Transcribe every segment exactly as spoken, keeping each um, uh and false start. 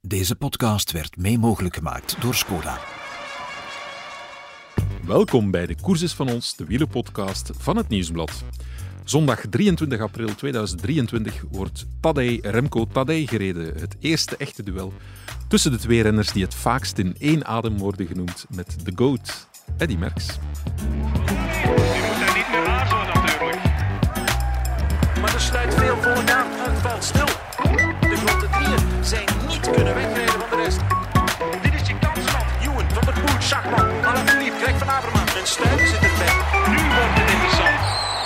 Deze podcast werd mee mogelijk gemaakt door Skoda. Welkom bij de Koers is van ons, de wielerpodcast van het Nieuwsblad. Zondag drieëntwintig april tweeduizend drieëntwintig wordt Tadej Remco Tadej gereden. Het eerste echte duel tussen de twee renners die het vaakst in één adem worden genoemd met de GOAT, Eddy Merckx. Je moet daar niet meer aarzelen natuurlijk. Maar er sluit veel volk aan. Het valt stil. De grote drieën zijn niet kunnen wegrijden van de rest. Dit is je kansland. Ewan, Van der Poel, Schachman, Alaphilippe, Greg van Avermaet en Stuy zit erbij. Nu wordt het interessant.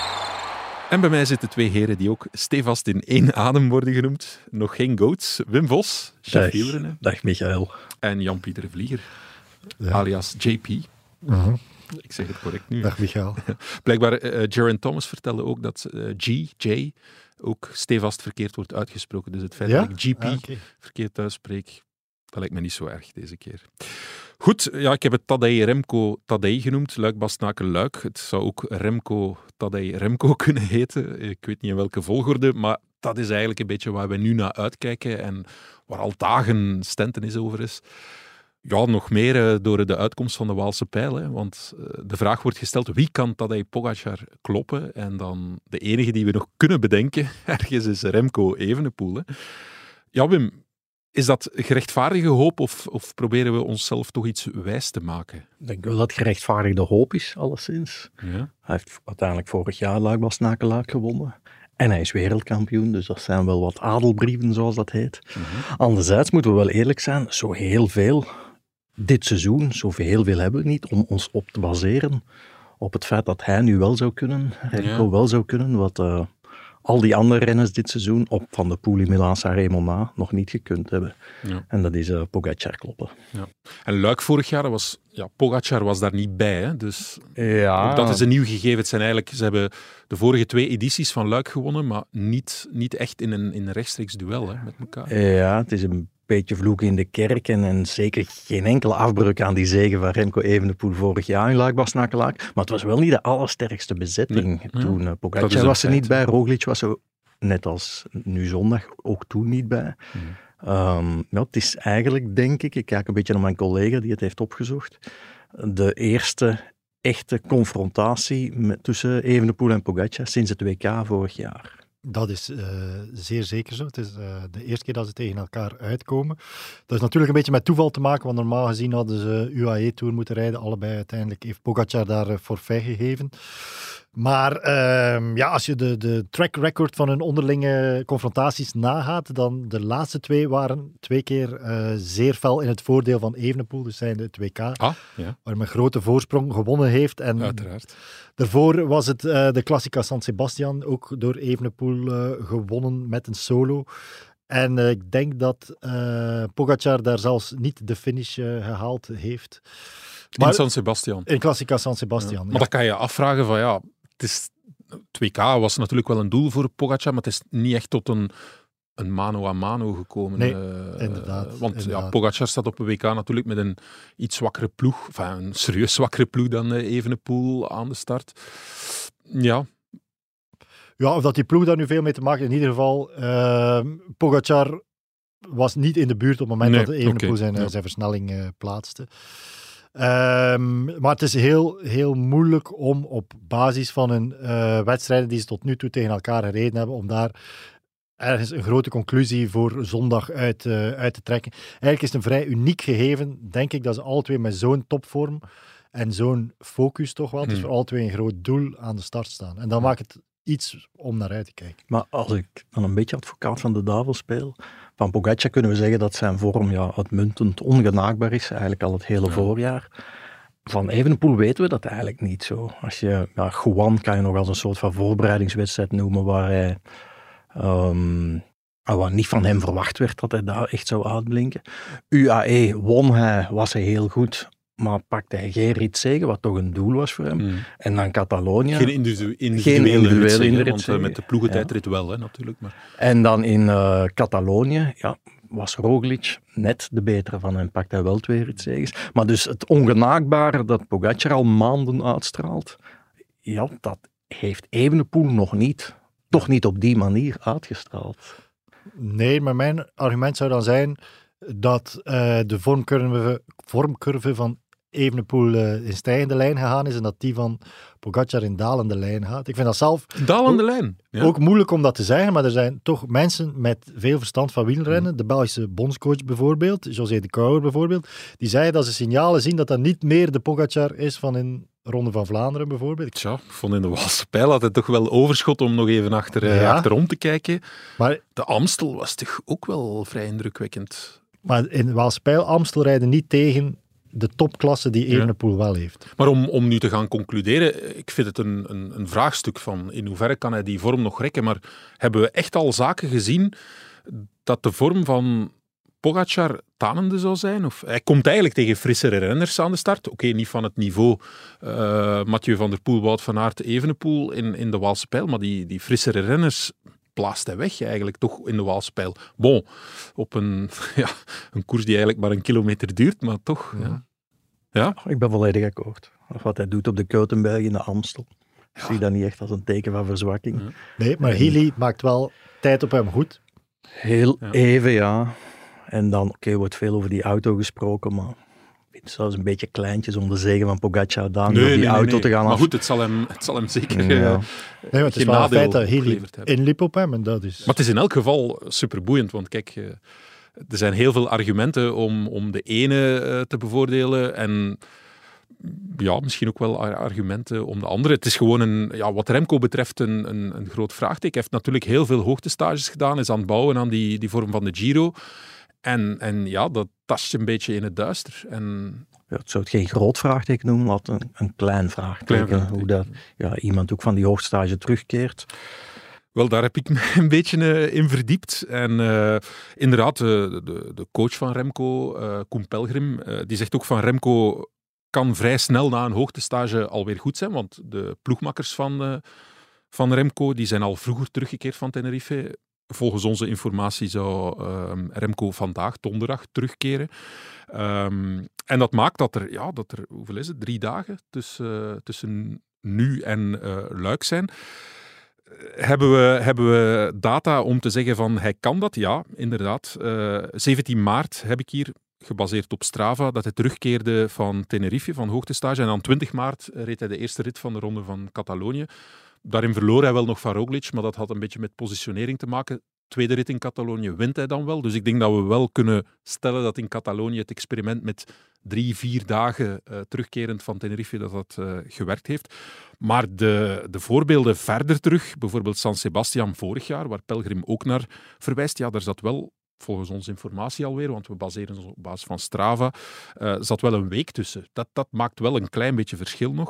En bij mij zitten twee heren die ook stevast in één adem worden genoemd. Nog geen GOATs. Wim Vos, chef wielrennen. Dag Michael. En Jan-Pieter Vlieger, Ja. alias J P. Uh-huh. Ik zeg het correct nu. Dag Michael. Blijkbaar, uh, Geraint Thomas vertelde ook dat uh, G, J, ook stevast verkeerd wordt uitgesproken. Dus het feit Ja? dat ik G P Ah, okay. verkeerd uitspreek, dat lijkt me niet zo erg deze keer. Goed, ja, ik heb het Tadej Remco Tadej genoemd, Luik Bastenaken Luik. Het zou ook Remco Tadej Remco kunnen heten. Ik weet niet in welke volgorde, maar dat is eigenlijk een beetje waar we nu naar uitkijken en waar al dagen stentenis over is. Ja, nog meer uh, door de uitkomst van de Waalse Pijl. Hè, want uh, de vraag wordt gesteld, wie kan Tadej Pogačar kloppen? En dan de enige die we nog kunnen bedenken, ergens is Remco Evenepoel. Hè. Ja, Wim, is dat gerechtvaardige hoop of, of proberen we onszelf toch iets wijs te maken? Ik denk wel dat het gerechtvaardigde hoop is, alleszins. Ja. Hij heeft uiteindelijk vorig jaar Luik Bastenaken Luik gewonnen. En hij is wereldkampioen, dus dat zijn wel wat adelbrieven, zoals dat heet. Mm-hmm. Anderzijds moeten we wel eerlijk zijn, zo heel veel dit seizoen, zo heel veel hebben we niet om ons op te baseren op het feit dat hij nu wel zou kunnen, Remco Ja. wel zou kunnen, wat uh, al die andere renners dit seizoen op Van der Poel, Milan Sanremo na nog niet gekund hebben. Ja. En dat is uh, Pogačar kloppen. Ja. En Luik vorig jaar, dat was, ja, Pogačar was daar niet bij. Hè? Dus Ja, ook dat is een nieuw gegeven. Het zijn eigenlijk, ze hebben de vorige twee edities van Luik gewonnen, maar niet, niet echt in een, in een rechtstreeks duel hè, met elkaar. Ja, het is een beetje vloeken in de kerk en, en zeker geen enkele afbreuk aan die zege van Remco Evenepoel vorig jaar in Luik Bastenaken Luik. Maar het was wel niet de allersterkste bezetting Nee. toen. Ja. Uh, Dat is Pogačar een was er feit, niet bij, Roglic was er net als nu zondag ook toen niet bij. Mhm. Um, ja, het is eigenlijk, denk ik, ik kijk een beetje naar mijn collega die het heeft opgezocht, de eerste echte confrontatie met, tussen Evenepoel en Pogačar sinds het W K vorig jaar. Dat is uh, zeer zeker zo. Het is uh, de eerste keer dat ze tegen elkaar uitkomen. Dat is natuurlijk een beetje met toeval te maken, want normaal gezien hadden ze U A E-tour moeten rijden. Allebei uiteindelijk heeft Pogačar daar uh, forfait gegeven. Maar uh, ja, als je de, de track record van hun onderlinge confrontaties nagaat, dan de laatste twee waren twee keer uh, zeer fel in het voordeel van Evenepoel. Dus zijn het W K, Ah, ja, waar hij met grote voorsprong gewonnen heeft. En uiteraard. daarvoor was het uh, de Classica San Sebastian, ook door Evenepoel uh, gewonnen met een solo. En uh, ik denk dat uh, Pogačar daar zelfs niet de finish uh, gehaald heeft. In San Sebastian. In Classica San Sebastian, Ja. ja. Maar dan kan je afvragen van ja, het, is, het W K was natuurlijk wel een doel voor Pogačar, maar het is niet echt tot een, een mano a mano gekomen. Nee, uh, inderdaad, Want inderdaad. Ja, Pogačar staat op een W K natuurlijk met een iets zwakkere ploeg, enfin, een serieus zwakkere ploeg dan uh, Evenepoel aan de start. Ja. Ja, of dat die ploeg daar nu veel mee te maken heeft. In ieder geval, uh, Pogačar was niet in de buurt op het moment Nee, dat Evenepoel oké, zijn, ja. zijn versnelling uh, plaatste. Um, maar het is heel, heel moeilijk om op basis van hun uh, wedstrijden die ze tot nu toe tegen elkaar gereden hebben, om daar ergens een grote conclusie voor zondag uit, uh, uit te trekken. Eigenlijk is het een vrij uniek gegeven, denk ik, dat ze alle twee met zo'n topvorm en zo'n focus toch wel, het is Hmm. voor alle twee een groot doel aan de start staan. En dan maakt het iets om naar uit te kijken. Maar als ik dan een beetje advocaat van de duivel speel, van Pogačar kunnen we zeggen dat zijn vorm ja, uitmuntend ongenaakbaar is, eigenlijk al het hele Ja. voorjaar. Van Evenepoel weten we dat eigenlijk niet zo. Als je, ja, Juan kan je nog als een soort van voorbereidingswedstrijd noemen, waar hij, um, waar niet van hem verwacht werd dat hij daar echt zou uitblinken. U A E won hij, was hij heel goed, maar pakte hij geen ritzege, wat toch een doel was voor hem. Mm. En dan Catalonië. Geen individu- individuele, individuele ritsen, hè, rit want uh, zeggen. met de ploegentijdrit Ja. wel, hè, natuurlijk. Maar... En dan in uh, Catalonië, ja, was Roglic net de betere van hem, pakt hij wel twee ritzeges. Maar dus het ongenaakbare dat Pogačar al maanden uitstraalt, ja, dat heeft Evenepoel nog niet, toch niet op die manier uitgestraald. Nee, maar mijn argument zou dan zijn, dat uh, de vormcurve, vormcurve van Evenepoel uh, in stijgende lijn gegaan is en dat die van Pogacar in dalende lijn gaat. Ik vind dat zelf dalende ook, lijn. Ja. ook moeilijk om dat te zeggen, maar er zijn toch mensen met veel verstand van wielrennen, de Belgische bondscoach bijvoorbeeld, José de Kouwer bijvoorbeeld, die zeggen dat ze signalen zien dat dat niet meer de Pogacar is van in Ronde van Vlaanderen bijvoorbeeld. Tja, ik vond in de Waalse Pijl had het toch wel overschot om nog even achter, uh, ja. achterom te kijken. Maar de Amstel was toch ook wel vrij indrukwekkend. Maar in de Waalse Pijl, Amstel rijden niet tegen de topklasse die Evenepoel ja. wel heeft. Maar om, om nu te gaan concluderen, ik vind het een, een, een vraagstuk van in hoeverre kan hij die vorm nog rekken, maar hebben we echt al zaken gezien dat de vorm van Pogacar tanende zou zijn? Of, hij komt eigenlijk tegen frissere renners aan de start. Oké, okay, niet van het niveau uh, Mathieu van der Poel, Wout van Aert, Evenepoel in, in de Waalse Pijl, maar die, die frissere renners blaast hij weg eigenlijk toch in de Waalse Pijl. Bon, op een, ja, een koers die eigenlijk maar een kilometer duurt, maar toch. Ja. Ja. Ja? Ik ben volledig akkoord. Of wat hij doet op de Keutenberg in de Amstel. Ik ja. zie dat niet echt als een teken van verzwakking. Ja. Nee, maar Healy maakt wel tijd op hem goed. Heel ja. even, ja. En dan, oké, okay, wordt veel over die auto gesproken, maar ik vind het zelfs een beetje kleintjes om de zegen van Pogacar daar nee, op die nee, auto nee. te gaan Maar af. goed, het zal hem, het zal hem zeker ja. uh, nee, maar het is wel een feit dat Healy inliep op hem. En dat is... Maar het is in elk geval superboeiend, want kijk, uh, er zijn heel veel argumenten om, om de ene uh, te bevoordelen en ja, misschien ook wel argumenten om de andere. Het is gewoon een, ja, wat Remco betreft een, een, een groot vraagteken. Hij heeft natuurlijk heel veel hoogtestages gedaan, is aan het bouwen aan die, die vorm van de Giro. En, en ja, dat tast je een beetje in het duister. En... Ja, het zou het geen groot vraagteken noemen, maar een, een klein vraagteken. Klein vraagteken. Hoe dat ja, iemand ook van die hoogtstage terugkeert. Wel, daar heb ik me een beetje uh, in verdiept. En uh, inderdaad, de, de, de coach van Remco, uh, Koen Pelgrim, uh, die zegt ook van Remco kan vrij snel na een hoogtestage alweer goed zijn, want de ploegmakkers van, uh, van Remco die zijn al vroeger teruggekeerd van Tenerife. Volgens onze informatie zou um, Remco vandaag, donderdag, terugkeren. Um, en dat maakt dat er, ja, dat er, hoeveel is het, drie dagen tussen, uh, tussen nu en uh, Luik zijn. Hebben we, hebben we data om te zeggen van hij kan dat? Ja, inderdaad. Uh, zeventien maart heb ik hier, gebaseerd op Strava, dat hij terugkeerde van Tenerife, van hoogtestage. En dan twintig maart reed hij de eerste rit van de Ronde van Catalonië. Daarin verloor hij wel nog van Roglic, maar dat had een beetje met positionering te maken. Tweede rit in Catalonië wint hij dan wel. Dus ik denk dat we wel kunnen stellen dat in Catalonië het experiment met drie, vier dagen uh, terugkerend van Tenerife, dat dat uh, gewerkt heeft. Maar de, de voorbeelden verder terug, bijvoorbeeld San Sebastian vorig jaar, waar Pelgrim ook naar verwijst, ja, daar zat wel, volgens onze informatie alweer, want we baseren ons op basis van Strava, uh, zat wel een week tussen. Dat, dat maakt wel een klein beetje verschil nog.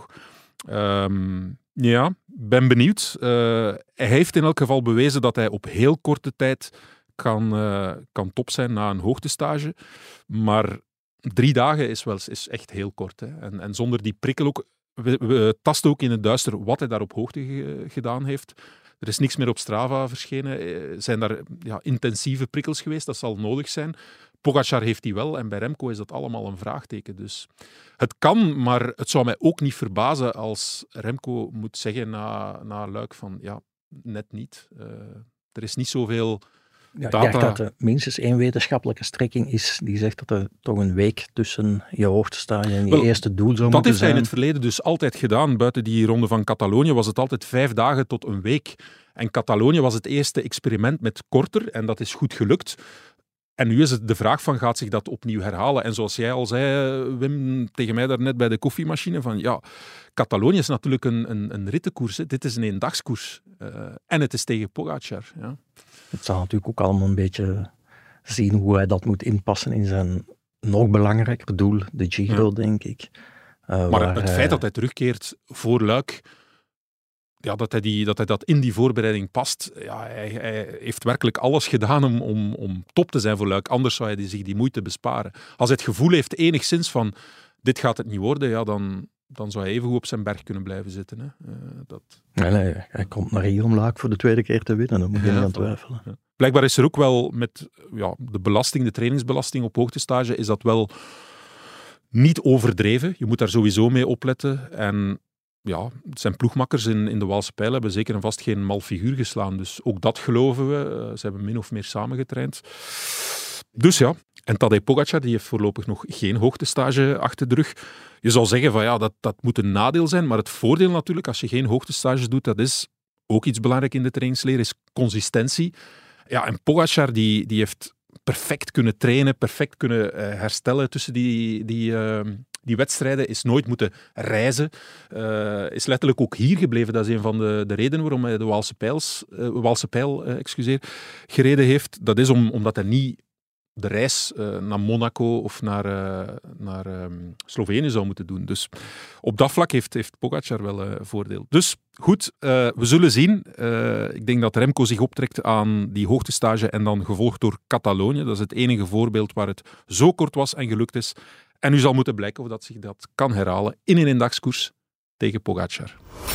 Um, ja, ben benieuwd. Uh, hij heeft in elk geval bewezen dat hij op heel korte tijd kan, uh, kan top zijn na een hoogtestage. Maar drie dagen is, wel, is echt heel kort. Hè. En, en zonder die prikkel ook... We, we tasten ook in het duister wat hij daar op hoogte ge, gedaan heeft. Er is niks meer op Strava verschenen. Zijn daar ja, intensieve prikkels geweest? Dat zal nodig zijn. Pogacar heeft die wel en bij Remco is dat allemaal een vraagteken. Dus het kan, maar het zou mij ook niet verbazen als Remco moet zeggen na, na Luik van ja, net niet. Uh, er is niet zoveel ja, data. Ik dacht dat er minstens één wetenschappelijke strekking is die zegt dat er toch een week tussen je hoogtestage en je wel, eerste doel zou moeten zijn. Dat heeft hij in het verleden dus altijd gedaan. Buiten die Ronde van Catalonië was het altijd vijf dagen tot een week. En Catalonië was het eerste experiment met korter en dat is goed gelukt. En nu is het de vraag van, gaat zich dat opnieuw herhalen? En zoals jij al zei, Wim, tegen mij daarnet bij de koffiemachine, van ja, Catalonië is natuurlijk een, een, een rittenkoers. Hè. Dit is een eendagskoers. Uh, en het is tegen Pogacar. Ja. Het zal natuurlijk ook allemaal een beetje zien hoe hij dat moet inpassen in zijn nog belangrijker doel, de Giro, ja. denk ik. Uh, maar waar, het feit uh, dat hij terugkeert voor Luik, ja, dat, hij die, dat hij dat in die voorbereiding past. Ja, hij, hij heeft werkelijk alles gedaan om, om, om top te zijn voor Luik. Anders zou hij die, zich die moeite besparen. Als hij het gevoel heeft enigszins van dit gaat het niet worden, ja, dan, dan zou hij even goed op zijn berg kunnen blijven zitten. Hè. Uh, dat... nee, nee, hij komt naar hier om Luik voor de tweede keer te winnen. Dan moet je ja, niet aan twijfelen. Ja. Blijkbaar is er ook wel met ja, de belasting, de trainingsbelasting op hoogtestage, is dat wel niet overdreven. Je moet daar sowieso mee opletten. En ja, zijn ploegmakkers in, in de Waalse Pijl hebben zeker en vast geen mal figuur geslaan. Dus ook dat geloven we. Uh, ze hebben min of meer samengetraind. Dus ja, En Tadej Pogačar die heeft voorlopig nog geen hoogtestage achter de rug. Je zou zeggen van ja, dat, dat moet een nadeel zijn, maar het voordeel natuurlijk als je geen hoogtestages doet, dat is ook iets belangrijk in de trainingsleer, is consistentie. Ja, en Pogačar die, die heeft perfect kunnen trainen, perfect kunnen uh, herstellen tussen die, die, uh, die wedstrijden, is nooit moeten reizen. Uh, is letterlijk ook hier gebleven. Dat is een van de, de redenen waarom hij de Waalse, Pijls, uh, Waalse Pijl uh, excuseer, gereden heeft. Dat is om, omdat hij niet de reis uh, naar Monaco of naar, uh, naar um, Slovenië zou moeten doen. Dus op dat vlak heeft, heeft Pogačar wel uh, voordeel. Dus goed, uh, we zullen zien. Uh, ik denk dat Remco zich optrekt aan die hoogtestage en dan gevolgd door Catalonië. Dat is het enige voorbeeld waar het zo kort was en gelukt is. En nu zal moeten blijken of dat zich dat kan herhalen in een eendagskoers tegen Pogačar.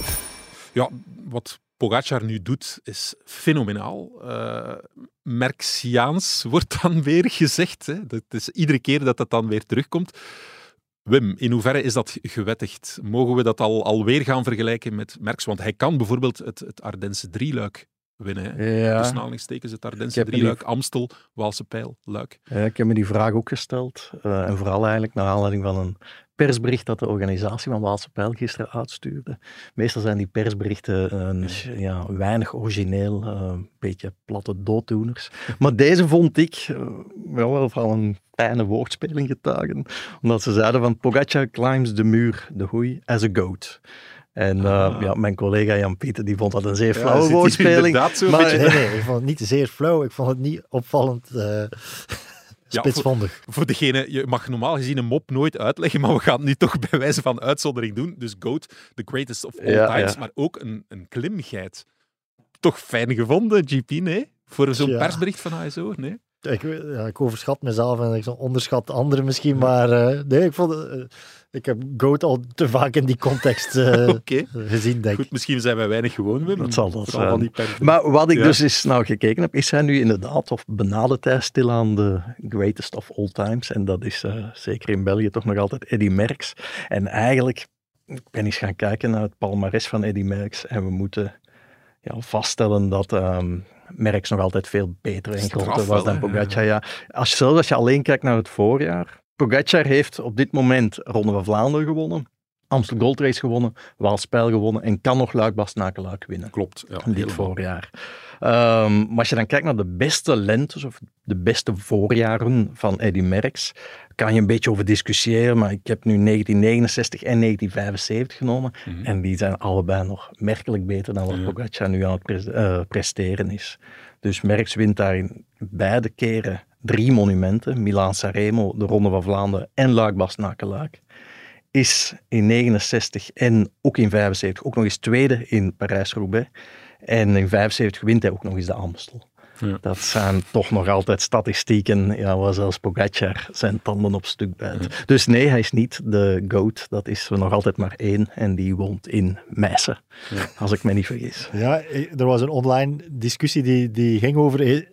Ja, wat Pogačar nu doet, is fenomenaal. Uh, Merxiaans wordt dan weer gezegd. Hè. Dat is iedere keer dat dat dan weer terugkomt. Wim, in hoeverre is dat gewettigd? Mogen we dat al, alweer gaan vergelijken met Merckx? Want hij kan bijvoorbeeld het, het Ardense drieluik winnen. Hè. Ja. Tussen aanhalingstekens het Ardense drieluik, die... Amstel, Waalse Pijl, Luik. Ja, ik heb me die vraag ook gesteld. Uh, en vooral eigenlijk naar aanleiding van een persbericht dat de organisatie van Waalse Pijl gisteren uitstuurde. Meestal zijn die persberichten een, ja, weinig origineel, een uh, beetje platte dooddoeners. Maar deze vond ik uh, wel van een fijne woordspeling getuigen. Omdat ze zeiden van Pogačar climbs de muur, de hoei, as a goat. En uh, ah. ja, mijn collega Jan-Pieter die vond dat een zeer flauwe ja, woordspeling. Maar, nee, nee, ik vond het niet zeer flauw. Ik vond het niet opvallend uh, spitsvondig. Ja, voor, voor degene, je mag normaal gezien een mop nooit uitleggen, maar we gaan het nu toch bij wijze van uitzondering doen. Dus GOAT, the greatest of all ja, times, ja. Maar ook een, een klimgeit. Toch fijn gevonden, G P, nee? Voor zo'n ja. persbericht van H S O, nee? Ik, ja, ik overschat mezelf en ik onderschat anderen misschien, maar uh, nee, ik vond uh, ik heb GOAT al te vaak in die context uh, okay. gezien, denk ik. Goed, misschien zijn wij weinig gewoon, Wim. Dat zal dat zijn. Maar wat ik ja. dus eens nou gekeken heb, is hij nu inderdaad, of benadert hij stilaan de greatest of all times, en dat is uh, zeker in België toch nog altijd Eddy Merckx. En eigenlijk, ik ben eens gaan kijken naar het palmares van Eddy Merckx en we moeten ja, vaststellen dat... Um, Merckx nog altijd veel beter en groter was dan Pogačar. Ja. Als je, zelfs als je alleen kijkt naar het voorjaar. Pogačar heeft op dit moment Ronde van Vlaanderen gewonnen, Amstel Gold Race gewonnen, Waalse Pijl gewonnen en kan nog Luik-Bastenaken-Luik winnen. Klopt. Ja, dit helemaal. Voorjaar. Um, maar als je dan kijkt naar de beste lentes of de beste voorjaren van Eddy Merckx, kan je een beetje over discussiëren, maar ik heb nu negentien negenenzestig en negentien vijfenzeventig genomen mm-hmm. en die zijn allebei nog merkelijk beter dan wat ja. Pogačar nu aan het pre- uh, presteren is. Dus Merckx wint daar in beide keren drie monumenten, Milaan-San Remo, de Ronde van Vlaanderen en Luik-Bastenaken-Luik. Is in negenenzestig en ook in vijfenzeventig ook nog eens tweede in Parijs-Roubaix. En in vijfenzeventig wint hij ook nog eens de Amstel. Ja. Dat zijn toch nog altijd statistieken ja, waar zelfs Pogačar zijn tanden op stuk bijt. Ja. Dus nee, hij is niet de GOAT. Dat is er nog altijd maar één en die woont in Meissen, ja. als ik me niet vergis. Ja, er was een online discussie die, die ging over...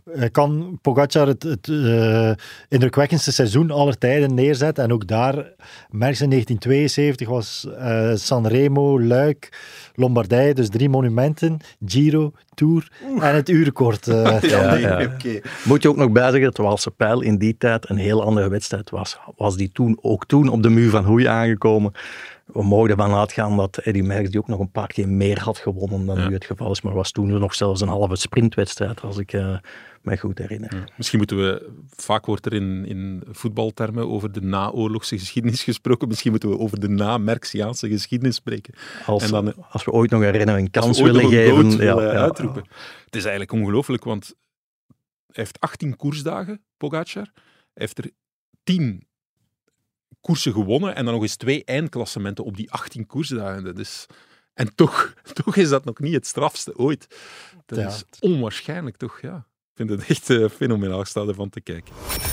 Kan Pogačar het, het uh, indrukwekkendste seizoen aller tijden neerzetten? En ook daar, Merckx in negentien tweeënzeventig was uh, San Remo, Luik, Lombardije, dus drie monumenten, Giro, Tour Oeh. en het uurrecord. Uh, ja, ja. Okay. Moet je ook nog bijzeggen dat de Waalse Pijl in die tijd een heel andere wedstrijd was. Was die toen ook toen op de muur van Hoei aangekomen? We mogen ervan uitgaan dat Eddy Merckx die ook nog een paar keer meer had gewonnen dan ja. nu het geval is, maar was toen nog zelfs een halve sprintwedstrijd, als ik uh, me goed herinner. Ja. Misschien moeten we, vaak wordt er in, in voetbaltermen over de naoorlogse geschiedenis gesproken, misschien moeten we over de na-Merckxiaanse geschiedenis spreken. Als, en dan, als we ooit nog een renner een kans willen geven. Ja, ja, ja. uitroepen. Het is eigenlijk ongelooflijk, want hij heeft achttien koersdagen, Pogačar. Hij heeft er tien koersen gewonnen en dan nog eens twee eindklassementen op die achttien koersdagen. Dat is... En toch, toch is dat nog niet het strafste ooit. Dat ja. is onwaarschijnlijk, toch? Ja. Ik vind het echt uh, fenomenaal, sta ervan te kijken.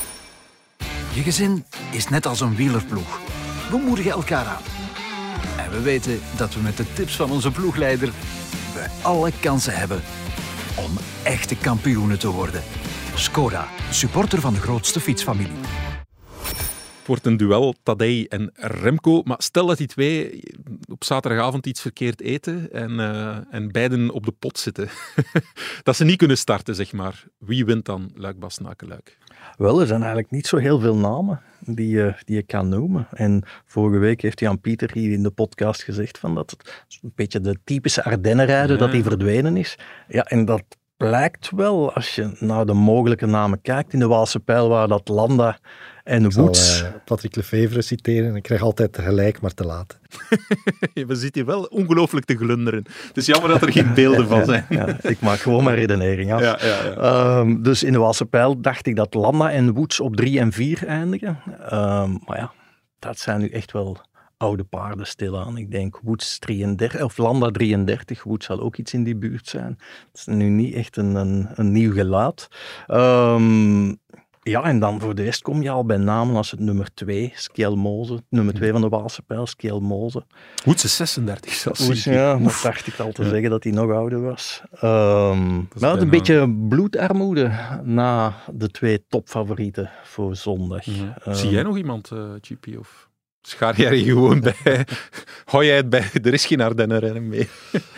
Je gezin is net als een wielerploeg. We moedigen elkaar aan. En we weten dat we met de tips van onze ploegleider we alle kansen hebben om echte kampioenen te worden. Skoda, supporter van de grootste fietsfamilie. Het wordt een duel, Tadej en Remco. Maar stel dat die twee op zaterdagavond iets verkeerd eten en, uh, en beiden op de pot zitten. Dat ze niet kunnen starten, zeg maar. Wie wint dan Luik-Bastenaken-Luik? Wel, er zijn eigenlijk niet zo heel veel namen die je, die je kan noemen. En vorige week heeft Jan Pieter hier in de podcast gezegd van dat het een beetje de typische Ardennenrijder, ja. dat die verdwenen is. Ja, en dat blijkt wel als je naar de mogelijke namen kijkt. In de Waalse Pijl waren dat Landa en Woods. Uh, Patrick Lefevre citeren. Ik krijg altijd gelijk, maar te laat. We zitten hier wel ongelooflijk te glunderen. Het is jammer dat er geen beelden van zijn. Ja, ja, ik maak gewoon mijn redenering af. Ja, ja, ja. Um, dus in de Waalse Pijl dacht ik dat Landa en Woods op drie en vier eindigen. Um, maar ja, dat zijn nu echt wel oude paarden stilaan. Ik denk Woods drieëndertig, of Landa drieëndertig. Woods zal ook iets in die buurt zijn. Het is nu niet echt een, een, een nieuw gelaat. Um, Ja, en dan voor de rest kom je al bij namen als het nummer twee, Skjelmose. Nummer twee van de Waalse Pijl, Skjelmose. Woods is zesendertig zelfs. Woods, ja, dat dacht ik al te ja. zeggen dat hij nog ouder was. Um, nou, het een beetje bloedarmoede na de twee topfavorieten voor zondag. Ja. Um, Zie jij nog iemand, uh, G P, of schaar jij er gewoon bij? Hou jij het bij? Er is geen Ardennenrennen mee.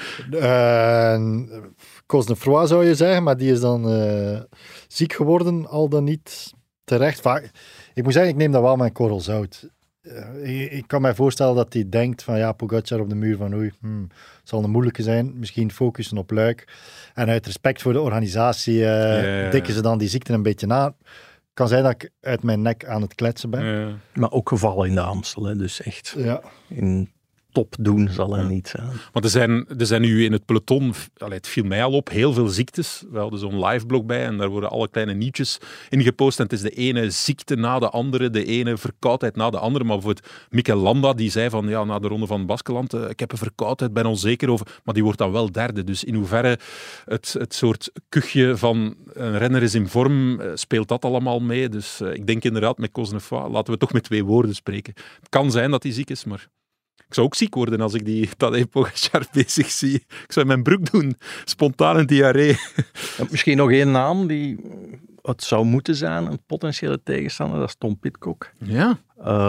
uh, Cosnefroy zou je zeggen, maar die is dan uh, ziek geworden, al dan niet terecht. Vaak, ik moet zeggen, ik neem dat wel met korrel zout. Uh, ik, ik kan mij voorstellen dat hij denkt van ja, Pogacar op de muur van oei, hmm, het zal een moeilijke zijn, misschien focussen op Luik. En uit respect voor de organisatie uh, ja, ja, ja. dikken ze dan die ziekte een beetje na. Het kan zijn dat ik uit mijn nek aan het kletsen ben. Ja. Maar ook gevallen in de Amstel, hè, dus echt ja. in top doen zal hij ja. niet zijn. Want er zijn, er zijn nu in het peloton, allee, het viel mij al op, heel veel ziektes. We hadden zo'n liveblog bij en daar worden alle kleine nieuwtjes in gepost. En het is de ene ziekte na de andere, de ene verkoudheid na de andere. Maar bijvoorbeeld Mikel Landa, die zei van ja, na de Ronde van Baskeland, uh, ik heb een verkoudheid, ben onzeker over. Maar die wordt dan wel derde. Dus in hoeverre het, het soort kuchje van een renner is in vorm, uh, speelt dat allemaal mee. Dus uh, ik denk inderdaad met Cosnefroy, laten we toch met twee woorden spreken. Het kan zijn dat hij ziek is, maar ik zou ook ziek worden als ik die Tadej Pogacar bezig zie. Ik zou in mijn broek doen. Spontaan een diarree. Ja, misschien nog één naam die het zou moeten zijn, een potentiële tegenstander, dat is Tom Pidcock. Ja.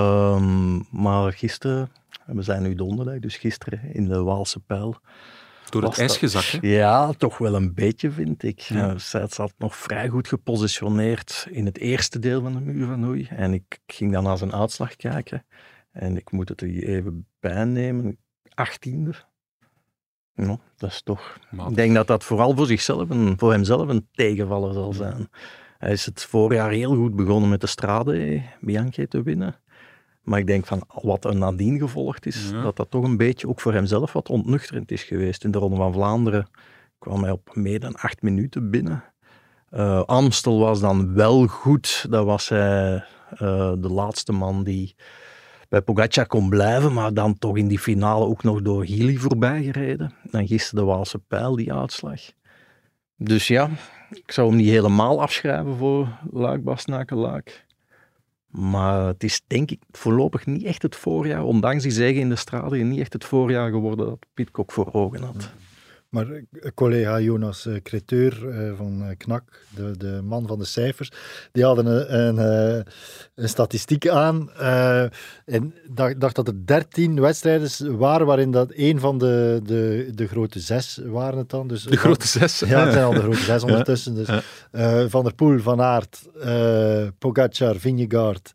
Um, maar gisteren, we zijn nu donderdag, dus gisteren in de Waalse Pijl. Door het ijs gezakt, hè? Ja, toch wel een beetje, vind ik. Ja. Uh, zij zat nog vrij goed gepositioneerd in het eerste deel van de Muur van Hoei. En ik ging dan naar zijn uitslag kijken. En ik moet het er even bijnemen. achttiende. Ja, dat is toch... Maar... Ik denk dat dat vooral voor zichzelf, en voor hemzelf, een tegenvaller zal zijn. Hij is het voorjaar heel goed begonnen met de Strade Bianche te winnen. Maar ik denk van wat er nadien gevolgd is, ja. dat dat toch een beetje ook voor hemzelf wat ontnuchterend is geweest. In de Ronde van Vlaanderen kwam hij op meer dan acht minuten binnen. Uh, Amstel was dan wel goed. Dat was hij uh, de laatste man die bij Pogacar kon blijven, maar dan toch in die finale ook nog door Healy voorbij gereden. Dan gisteren de Waalse Pijl, die uitslag. Dus ja, ik zou hem niet helemaal afschrijven voor Luik-Bastenaken-Luik. Maar het is denk ik voorlopig niet echt het voorjaar, ondanks die zege in de Strade, niet echt het voorjaar geworden dat Pidcock voor ogen had. Maar collega Jonas Creteur uh, van uh, K N A K, de, de man van de cijfers, die hadden een, een, uh, een statistiek aan. Uh, en dacht, dacht dat er dertien wedstrijden waren waarin dat een van de, de, de grote zes waren het dan. Dus de grote zes? Ja, het zijn al de grote zes ondertussen. Dus, uh, Van der Poel, Van Aert, uh, Pogacar, Vingegaard,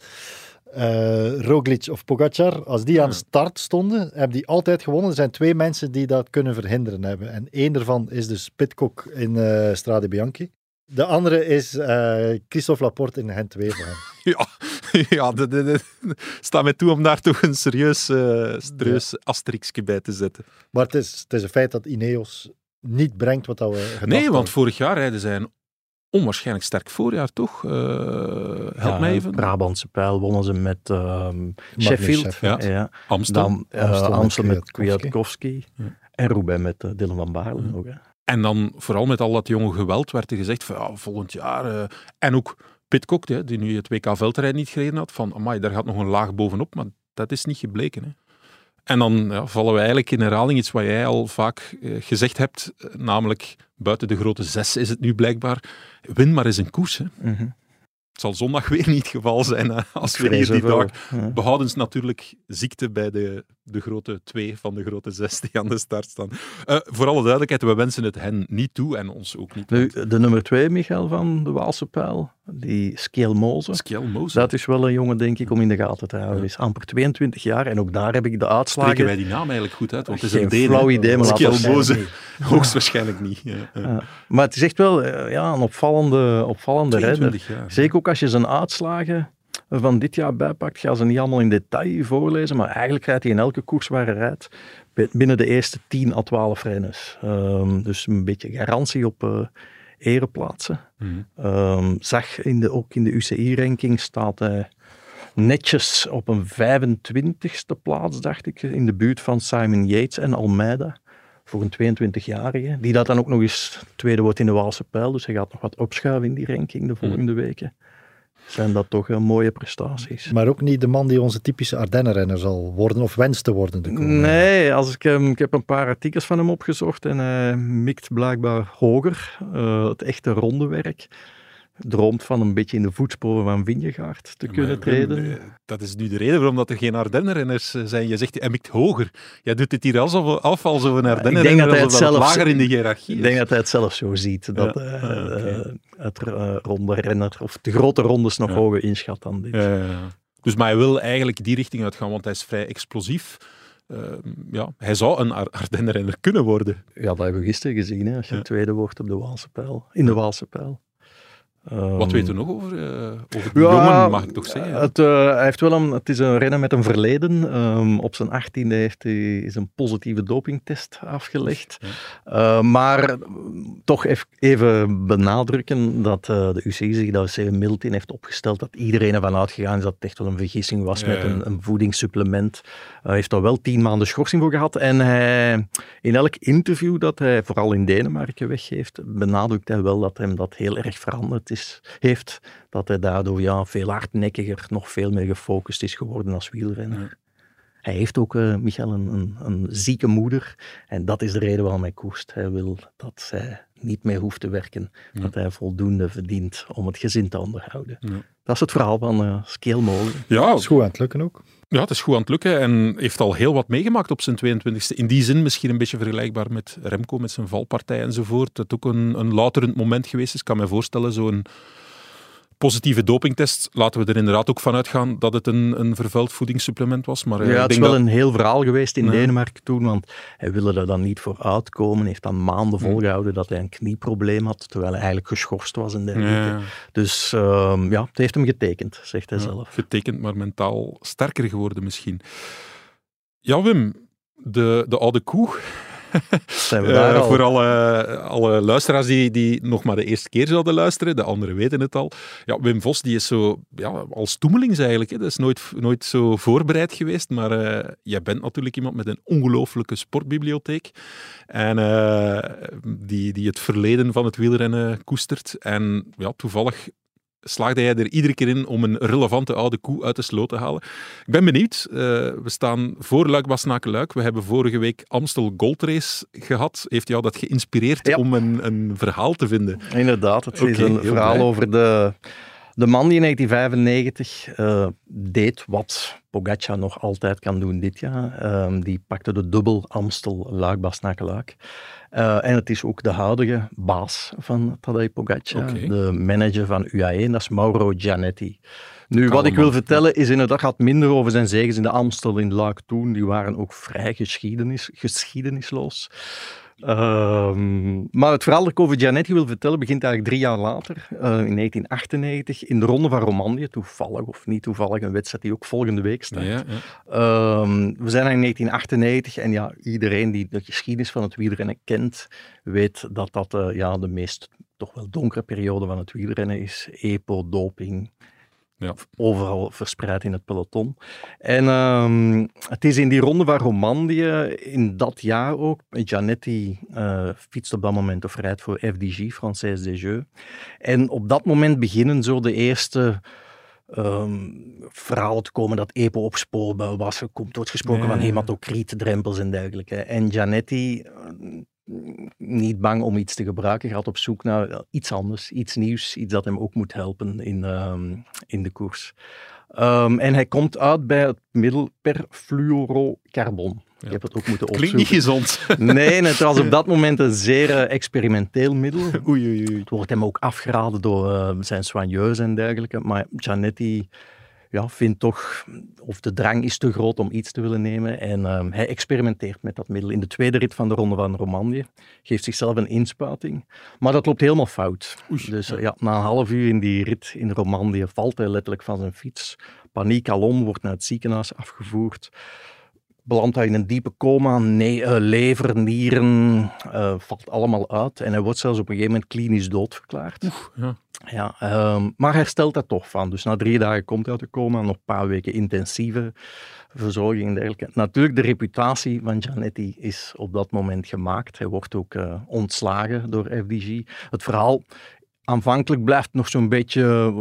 Uh, Roglic of Pogacar, als die aan de start stonden, hebben die altijd gewonnen. Er zijn twee mensen die dat kunnen verhinderen hebben. En één daarvan is dus Pidcock in uh, Strade Bianche. De andere is uh, Christophe Laporte in Gent twee voor hem. Ja, ja de, de, de, sta mij toe om daar toch een serieus, uh, serieus ja. asterixje bij te zetten. Maar het is, het is een feit dat Ineos niet brengt wat dat we gedacht Nee, want hadden. vorig jaar rijden zij een onwaarschijnlijk sterk voorjaar, toch? Uh, help ja, mij even. Brabantse Pijl wonnen ze met uh, Sheffield. Sheffield. Ja. Ja. Amstel. Dan uh, Amstel, Amstel met Kwiatkowski. Kwiatkowski. Ja. En Roubaix met uh, Dylan van Baarle Ja. nog. Hè. En dan, vooral met al dat jonge geweld, werd er gezegd van ja, volgend jaar... Uh, en ook Pidcock, die, die nu het W K veldrijden niet gereden had, van amai, daar gaat nog een laag bovenop, maar dat is niet gebleken, hè. En dan ja, vallen we eigenlijk in herhaling iets wat jij al vaak uh, gezegd hebt, uh, namelijk buiten de grote zes is het nu blijkbaar, win maar eens een koers. Hè. Mm-hmm. Het zal zondag weer niet het geval zijn hè, als we hier die dag... Ja. Behoudens natuurlijk ziekte bij de, de grote twee van de grote zes die aan de start staan. Uh, voor alle duidelijkheid, we wensen het hen niet toe en ons ook niet. Nu, de nummer twee, Michael, van de Waalse Pijl, die Skjelmose. Skjelmose. Dat is wel een jongen, denk ik, om in de gaten te houden. Hij is amper tweeëntwintig jaar en ook daar heb ik de uitslagen... Spreken wij die naam eigenlijk goed uit? Want het is Geen een Deen. flauw idee, maar Skjelmose. Hoogstwaarschijnlijk niet. Ja, ja. Uh, maar het is echt wel uh, ja, een opvallende, opvallende redder. Jaar. Zeker ook als je zijn uitslagen van dit jaar bijpakt, ga ze niet allemaal in detail voorlezen, maar eigenlijk rijdt hij in elke koers waar hij rijdt binnen de eerste tien à twaalf renners. Um, dus een beetje garantie op uh, ereplaatsen. Mm. Um, zag in de, ook in de U C I-ranking staat hij netjes op een vijfentwintigste plaats, dacht ik, in de buurt van Simon Yates en Almeida. Voor een tweeëntwintigjarige, die dat dan ook nog eens tweede wordt in de Waalse Pijl, dus hij gaat nog wat opschuiven in die ranking de volgende mm. weken. Zijn dat toch uh, mooie prestaties. Maar ook niet de man die onze typische Ardennenrenner zal worden of wenst te worden. De nee, als ik, um, ik heb een paar artikels van hem opgezocht en hij mikt blijkbaar hoger. Uh, het echte rondewerk. Droomt van een beetje in de voetsporen van Vingegaard te ja, kunnen treden. Uh, dat is nu de reden waarom dat er geen Ardennenrenners zijn. Je zegt, hij mikt hoger. Jij doet het hier alsof, af als een Ardennenrenner, alsof dat zelf, lager in de hiërarchie is. Ik denk dat hij het zelf zo ziet. Dat ja, uh, uh, okay. uh, het uh, ronde renner, of de grote rondes nog ja. hoger inschat dan dit. Ja, ja, ja. Dus, maar hij wil eigenlijk die richting uitgaan, want hij is vrij explosief. Uh, ja, hij zou een Ardennenrenner kunnen worden. Ja, dat hebben we gisteren gezien, hè, als je ja. tweede wordt op de Waalse Pijl, in de Waalse Pijl. Um, Wat weten we nog over, uh, over die ja, jongen, mag ik toch zeggen? Het, uh, hij heeft wel een, het is een renner met een verleden. Um, op zijn achttiende heeft hij is een positieve dopingtest afgelegd. Ja. Uh, maar toch even benadrukken dat uh, de U C I zich daar zeer mild in heeft opgesteld. Dat iedereen ervan uitgegaan is dat het echt wel een vergissing was ja, met een, een voedingssupplement. Hij uh, heeft daar wel tien maanden schorsing voor gehad. En hij, in elk interview dat hij vooral in Denemarken weggeeft, benadrukt hij wel dat hem dat heel erg veranderd is, heeft. Dat hij daardoor ja, veel hardnekkiger, nog veel meer gefocust is geworden als wielrenner. Ja. Hij heeft ook, uh, Michael, een, een, een zieke moeder. En dat is de reden waarom hij koerst. Hij wil dat zij niet meer hoeft te werken. Ja. Dat hij voldoende verdient om het gezin te onderhouden. Ja. Dat is het verhaal van uh, Skjelmose. Ja, het is goed aan het lukken ook. Ja, het is goed aan het lukken en heeft al heel wat meegemaakt op zijn tweeëntwintigste. In die zin misschien een beetje vergelijkbaar met Remco, met zijn valpartij enzovoort. Dat ook een, een louterend moment geweest is. Ik kan me voorstellen, zo'n positieve dopingtest, laten we er inderdaad ook van uitgaan dat het een, een vervuild voedingssupplement was. Maar, uh, ja, het is wel dat... een heel verhaal geweest in nee. Denemarken toen, want hij wilde er dan niet voor uitkomen, heeft dan maanden volgehouden dat hij een knieprobleem had, terwijl hij eigenlijk geschorst was en dergelijke. Ja. Dus uh, ja, het heeft hem getekend, zegt hij ja, zelf. Getekend, maar mentaal sterker geworden misschien. Ja, Wim, de, de oude koe... Zijn we daar uh, al? Voor alle, alle luisteraars die, die nog maar de eerste keer zouden luisteren, de anderen weten het al. Ja, Wim Vos die is zo ja, als toemelings eigenlijk. Hè. Dat is nooit, nooit zo voorbereid geweest, maar uh, jij bent natuurlijk iemand met een ongelooflijke sportbibliotheek en uh, die, die het verleden van het wielrennen koestert. En ja, toevallig slaagde jij er iedere keer in om een relevante oude koe uit de sloot te halen. Ik ben benieuwd. Uh, we staan voor Luik-Bastenaken-Luik. We hebben vorige week Amstel Gold Race gehad. Heeft jou dat geïnspireerd ja. om een, een verhaal te vinden? Inderdaad. Het okay, is een verhaal blij. over de, de man die in negentien vijfennegentig uh, deed wat Pogacar nog altijd kan doen dit jaar. Uh, die pakte de dubbel Amstel Luik-Bastenaken-Luik. Uh, en het is ook de huidige baas van Tadej Pogacar, okay. de manager van U A E, en dat is Mauro Gianetti. Nu, Kalman. Wat ik wil vertellen is inderdaad, gaat minder over zijn zegens in de Amstel in Luik toen. Die waren ook vrij geschiedenis, geschiedenisloos. Um, maar het verhaal dat ik over Gianetti wil vertellen begint eigenlijk drie jaar later, uh, in negentien achtennegentig, in de Ronde van Romandie, toevallig of niet toevallig, een wedstrijd die ook volgende week start. Ja, ja. Um, we zijn in negentien achtennegentig en ja, iedereen die de geschiedenis van het wielrennen kent, weet dat dat uh, ja, de meest toch wel donkere periode van het wielrennen is. E P O, doping. Ja. Overal verspreid in het peloton. En um, het is in die Ronde van Romandie, in dat jaar ook, Gianetti uh, fietst op dat moment of rijdt voor F D J, Française des Jeux. En op dat moment beginnen zo de eerste um, verhalen te komen dat E P O opspoorbaar was. Er komt wordt gesproken ja. van hematocriet, drempels en dergelijke. En Gianetti niet bang om iets te gebruiken, gaat op zoek naar iets anders, iets nieuws, iets dat hem ook moet helpen in, um, in de koers. Um, en hij komt uit bij het middel perfluorocarbon. Ja. Ik heb het ook moeten opzoeken. Klinkt niet gezond. Nee, het was op dat moment een zeer uh, experimenteel middel. Oei, oei, oei. Het wordt hem ook afgeraden door uh, zijn soigneus en dergelijke. Maar Giannetti ja, vindt toch, of de drang is te groot om iets te willen nemen. En uh, hij experimenteert met dat middel. In de tweede rit van de Ronde van Romandie geeft zichzelf een inspuiting. Maar dat loopt helemaal fout. Oei, dus ja. uh, ja, na een half uur in die rit in Romandie valt hij letterlijk van zijn fiets. Paniek alom, wordt naar het ziekenhuis afgevoerd. Belandt hij in een diepe coma, nee, uh, lever, nieren, uh, valt allemaal uit. En hij wordt zelfs op een gegeven moment klinisch doodverklaard. Oef, ja. Ja, um, maar herstelt daar toch van. Dus na drie dagen komt hij uit de coma, nog een paar weken intensieve verzorging en dergelijke. Natuurlijk, de reputatie van Giannetti is op dat moment gemaakt. Hij wordt ook uh, ontslagen door F D G. Het verhaal... Aanvankelijk blijft nog zo'n beetje,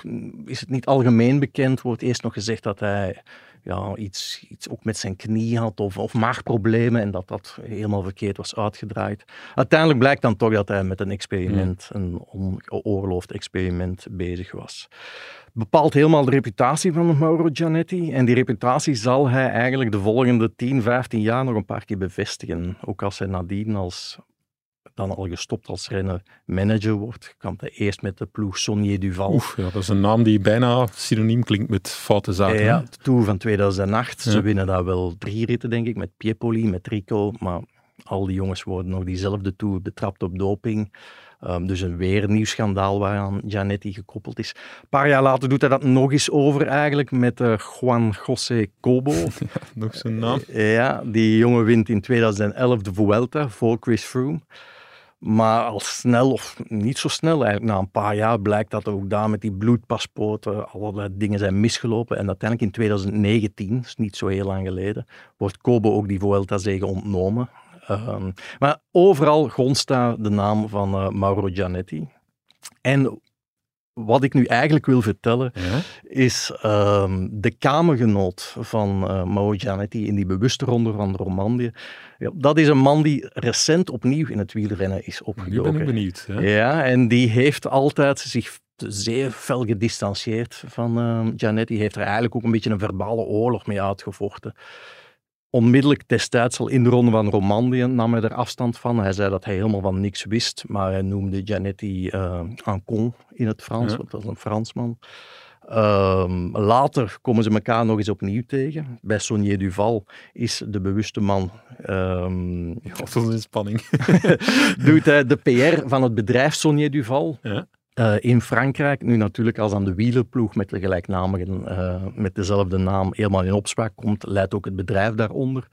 is het niet algemeen bekend, wordt eerst nog gezegd dat hij ja, iets, iets ook met zijn knie had of, of maagproblemen en dat dat helemaal verkeerd was uitgedraaid. Uiteindelijk blijkt dan toch dat hij met een experiment, een ongeoorloofd experiment bezig was. Bepaalt helemaal de reputatie van Mauro Giannetti en die reputatie zal hij eigenlijk de volgende tien, vijftien jaar nog een paar keer bevestigen. Ook als hij nadien als... dan al gestopt als renner manager wordt, kwam hij eerst met de ploeg Saunier Duval. Oef, ja, dat is een naam die bijna synoniem klinkt met foute zaken. Ja, de Tour van tweeduizend acht. Ja. Ze winnen daar wel drie ritten, denk ik, met Piepoli, met Rico, maar al die jongens worden nog diezelfde Tour betrapt op doping. Um, dus een weer een nieuw schandaal waaraan Giannetti gekoppeld is. Een paar jaar later doet hij dat nog eens over eigenlijk met uh, Juan José Cobo. Ja, nog zo'n naam. Uh, ja, die jongen wint in tweeduizend elf de Vuelta voor Chris Froome. Maar al snel, of niet zo snel eigenlijk, na een paar jaar blijkt dat ook daar met die bloedpaspoorten allerlei dingen zijn misgelopen. En uiteindelijk in tweeduizend negentien, dat is niet zo heel lang geleden, wordt Cobo ook die Vuelta-zege ontnomen. Um, maar overal gonst daar de naam van uh, Mauro Giannetti. En wat ik nu eigenlijk wil vertellen, Ja? is um, de kamergenoot van uh, Mauro Giannetti in die bewuste ronde van Romandie. Ja, dat is een man die recent opnieuw in het wielrennen is Nu opgedoken. ben ik benieuwd. Hè? Ja, en die heeft altijd zich zeer fel gedistanceerd van uh, Giannetti. Heeft er eigenlijk ook een beetje een verbale oorlog mee uitgevochten. Onmiddellijk destijds al in de ronde van Romandie nam hij er afstand van. Hij zei dat hij helemaal van niks wist, maar hij noemde Giannetti uh, un con in het Frans, Ja. want dat was een Fransman. Um, later komen ze elkaar nog eens opnieuw tegen. Bij Saunier Duval is de bewuste man... Um, Ja, dat was een spanning. doet hij de P R van het bedrijf Saunier Duval. Ja. Uh, in Frankrijk, nu natuurlijk als aan de wielerploeg met de gelijknamige, uh, met dezelfde naam helemaal in opspraak komt, leidt ook het bedrijf daaronder.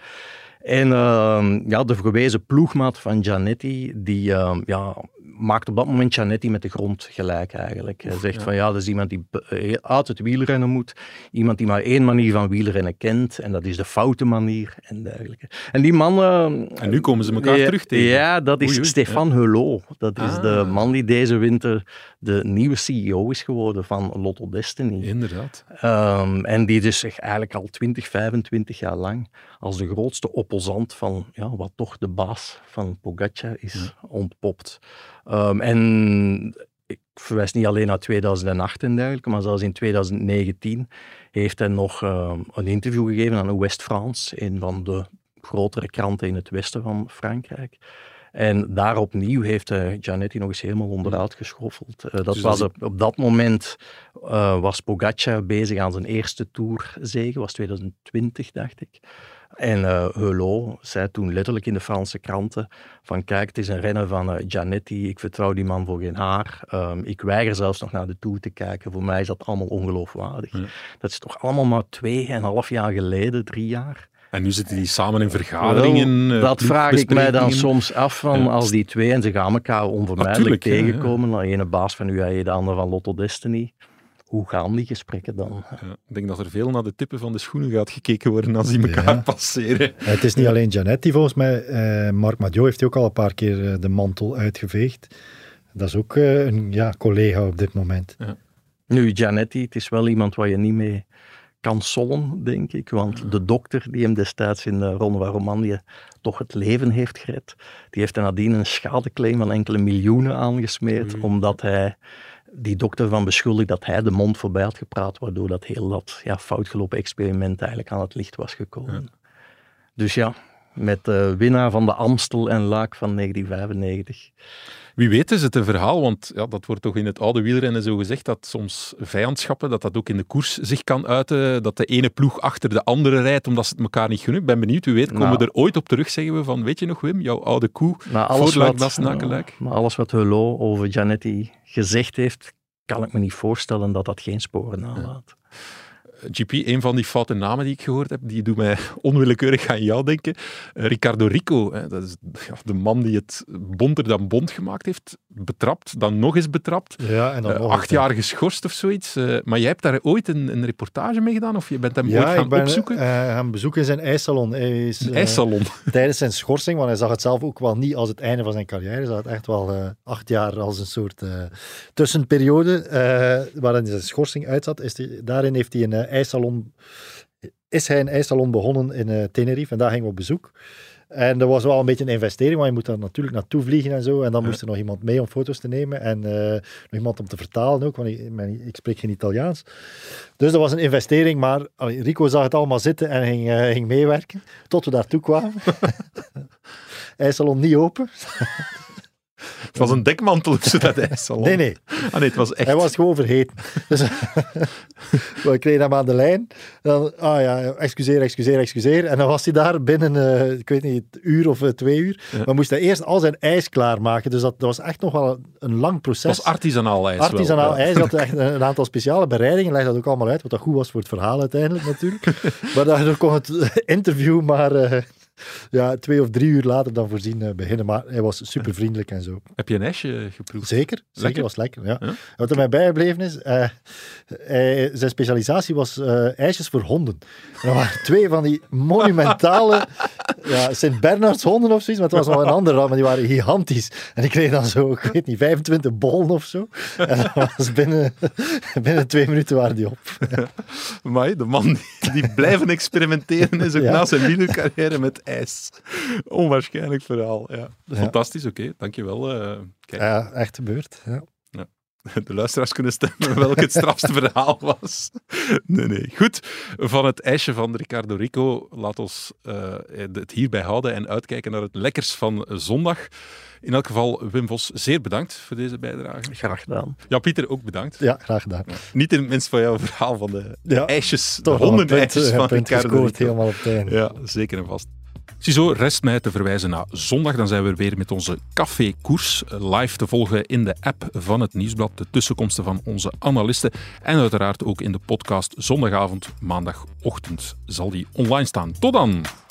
En uh, ja, de verwezen ploegmaat van Giannetti, die uh, ja, maakt op dat moment Giannetti met de grond gelijk eigenlijk. Hij zegt ja. van ja, dat is iemand die uit het wielrennen moet, iemand die maar één manier van wielrennen kent en dat is de foute manier en dergelijke. En die man... Uh, En nu komen ze elkaar ja, terug tegen. Ja, dat is Oei, oei, Stefan Hulot. Dat is Ah. de man die deze winter de nieuwe C E O is geworden van Lotto Destiny. Inderdaad. Um, en die dus zich eigenlijk al twintig, vijfentwintig jaar lang als de grootste opposant van ja, wat toch de baas van Pogacar is Ja. ontpopt. Um, en ik verwijs niet alleen naar tweeduizend acht en dergelijke, maar zelfs in tweeduizend negentien heeft hij nog um, een interview gegeven aan Ouest France, een van de grotere kranten in het westen van Frankrijk. En daar opnieuw heeft uh, Giannetti nog eens helemaal onderuit geschoffeld. Uh, dat Dus was dat op, op dat moment uh, was Pogacar bezig aan zijn eerste Tourzege, was tweeduizend twintig, dacht ik. En uh, Hulot zei toen letterlijk in de Franse kranten van kijk, het is een renner van uh, Giannetti, ik vertrouw die man voor geen haar. Um, ik weiger zelfs nog naar de Tour te kijken, voor mij is dat allemaal ongeloofwaardig. Ja. Dat is toch allemaal maar twee en een half jaar geleden, drie jaar. En nu zitten die samen in vergaderingen. Wel, uh, dat vraag ik mij dan ploegbesprekingen. soms af van Ja. als die twee en ze gaan elkaar onvermijdelijk Natuurlijk, ja, tegenkomen. De ene baas van U A E, de andere van Lotto Destiny. Hoe gaan die gesprekken dan? Ja, ik denk dat er veel naar de tippen van de schoenen gaat gekeken worden als die elkaar Ja. passeren. Het is niet alleen Giannetti volgens mij. Uh, Marc Madiot heeft ook al een paar keer uh, de mantel uitgeveegd. Dat is ook uh, een ja, collega op dit moment. Nu, Giannetti, het is wel iemand waar je niet mee kan sollen, denk ik. Want de dokter die hem destijds in de Ronde van Romandie toch het leven heeft gered, die heeft er nadien een schadeclaim van enkele miljoenen aangesmeerd, mm. omdat hij die dokter van beschuldigd dat hij de mond voorbij had gepraat, waardoor dat heel dat ja, foutgelopen experiment eigenlijk aan het licht was gekomen. Ja. Dus ja, met de winnaar van de Amstel en Luik van negentien vijfennegentig. Wie weet is het een verhaal, want ja, dat wordt toch in het oude wielrennen zo gezegd, dat soms vijandschappen, dat dat ook in de koers zich kan uiten, dat de ene ploeg achter de andere rijdt, omdat ze het elkaar niet gunnen. Ik ben benieuwd, wie weet, komen nou, we er ooit op terug, zeggen we van, weet je nog Wim, jouw oude koe, voor Luik, Bastenaken-Luik? Maar alles wat Hulot over Gianetti gezegd heeft, kan ik me niet voorstellen dat dat geen sporen nalaat. Ja. G P, een van die foute namen die ik gehoord heb, die doet mij onwillekeurig aan jou denken. Uh, Riccardo Rico, hè, dat is ja, de man die het bonter dan bont gemaakt heeft, betrapt, dan nog eens betrapt. Ja, en dan uh, nog acht jaar geschorst of zoiets. Uh, maar jij hebt daar ooit een, een reportage mee gedaan? Of je bent hem ja, ooit gaan ik ben, opzoeken? Ja, uh, gaan bezoeken in zijn ijssalon. Hij is, een uh, ijssalon? Tijdens zijn schorsing, want hij zag het zelf ook wel niet als het einde van zijn carrière. Hij zag het echt wel uh, acht jaar als een soort uh, tussenperiode uh, waarin zijn schorsing uitzat. Is die, daarin heeft hij een uh, ijssalon... Is hij een ijssalon begonnen in uh, Tenerife en daar gingen we op bezoek. En dat was wel een beetje een investering, want je moet daar natuurlijk naartoe vliegen en zo. En dan ja. moest er nog iemand mee om foto's te nemen. En uh, nog iemand om te vertalen ook, want ik, ik spreek geen Italiaans. Dus dat was een investering, maar allee, Rico zag het allemaal zitten en ging, uh, ging meewerken. Tot we daartoe kwamen. IJssalon niet open. Het was een dekmantel of zo, dat ijssalon. Nee, nee. Ah, nee, het was echt... Hij was gewoon vergeten. Dus, we kregen hem aan de lijn. Dan, ah ja, excuseer, excuseer, excuseer. En dan was hij daar binnen, uh, ik weet niet, een uur of uh, twee uur. Ja. Maar moest hij eerst al zijn ijs klaarmaken. Dus dat, dat was echt nog wel een lang proces. Het was artisanaal ijs Artisanaal wel, ijs. Dat echt een, een aantal speciale bereidingen. Leg dat ook allemaal uit, wat dat goed was voor het verhaal uiteindelijk natuurlijk. Maar daardoor kon het interview maar... Uh, Ja, twee of drie uur later dan voorzien uh, beginnen. Maar hij was super vriendelijk en zo. Heb je een ijsje geproefd? Zeker, zeker lekker? was lekker. Ja. Ja? Wat er mij bijgebleven is, uh, hij, zijn specialisatie was uh, ijsjes voor honden. En er waren twee van die monumentale ja, Sint-Bernards honden of zoiets, maar het was nog een andere, maar die waren gigantisch. En ik kreeg dan zo, ik weet niet, vijfentwintig bollen of zo. En dat was binnen, binnen twee minuten waren die op. Ja. Maar de man die, die blijven experimenteren is ook ja. na zijn wielercarrière met ijs. Onwaarschijnlijk verhaal. Ja. Ja. Fantastisch, oké. Okay. Dankjewel. Uh, kijk. Ja, echt gebeurd. Ja. Ja. De luisteraars kunnen stemmen welk het strafste verhaal was. Nee, nee. Goed. Van het ijsje van Riccardo Rico, laat ons uh, het hierbij houden en uitkijken naar het lekkers van zondag. In elk geval, Wim Vos, zeer bedankt voor deze bijdrage. Graag gedaan. Ja, Pieter, ook bedankt. Ja, graag gedaan. Ja. Niet in het minst van jouw verhaal van de ja, ijsjes, de hondenijsjes van Riccardo Rico. Helemaal op het einde. Ja, zeker en vast. Ziezo, rest mij te verwijzen naar zondag. Dan zijn we weer met onze Café Koers live te volgen in de app van het Nieuwsblad. De tussenkomsten van onze analisten. En uiteraard ook in de podcast zondagavond, maandagochtend zal die online staan. Tot dan!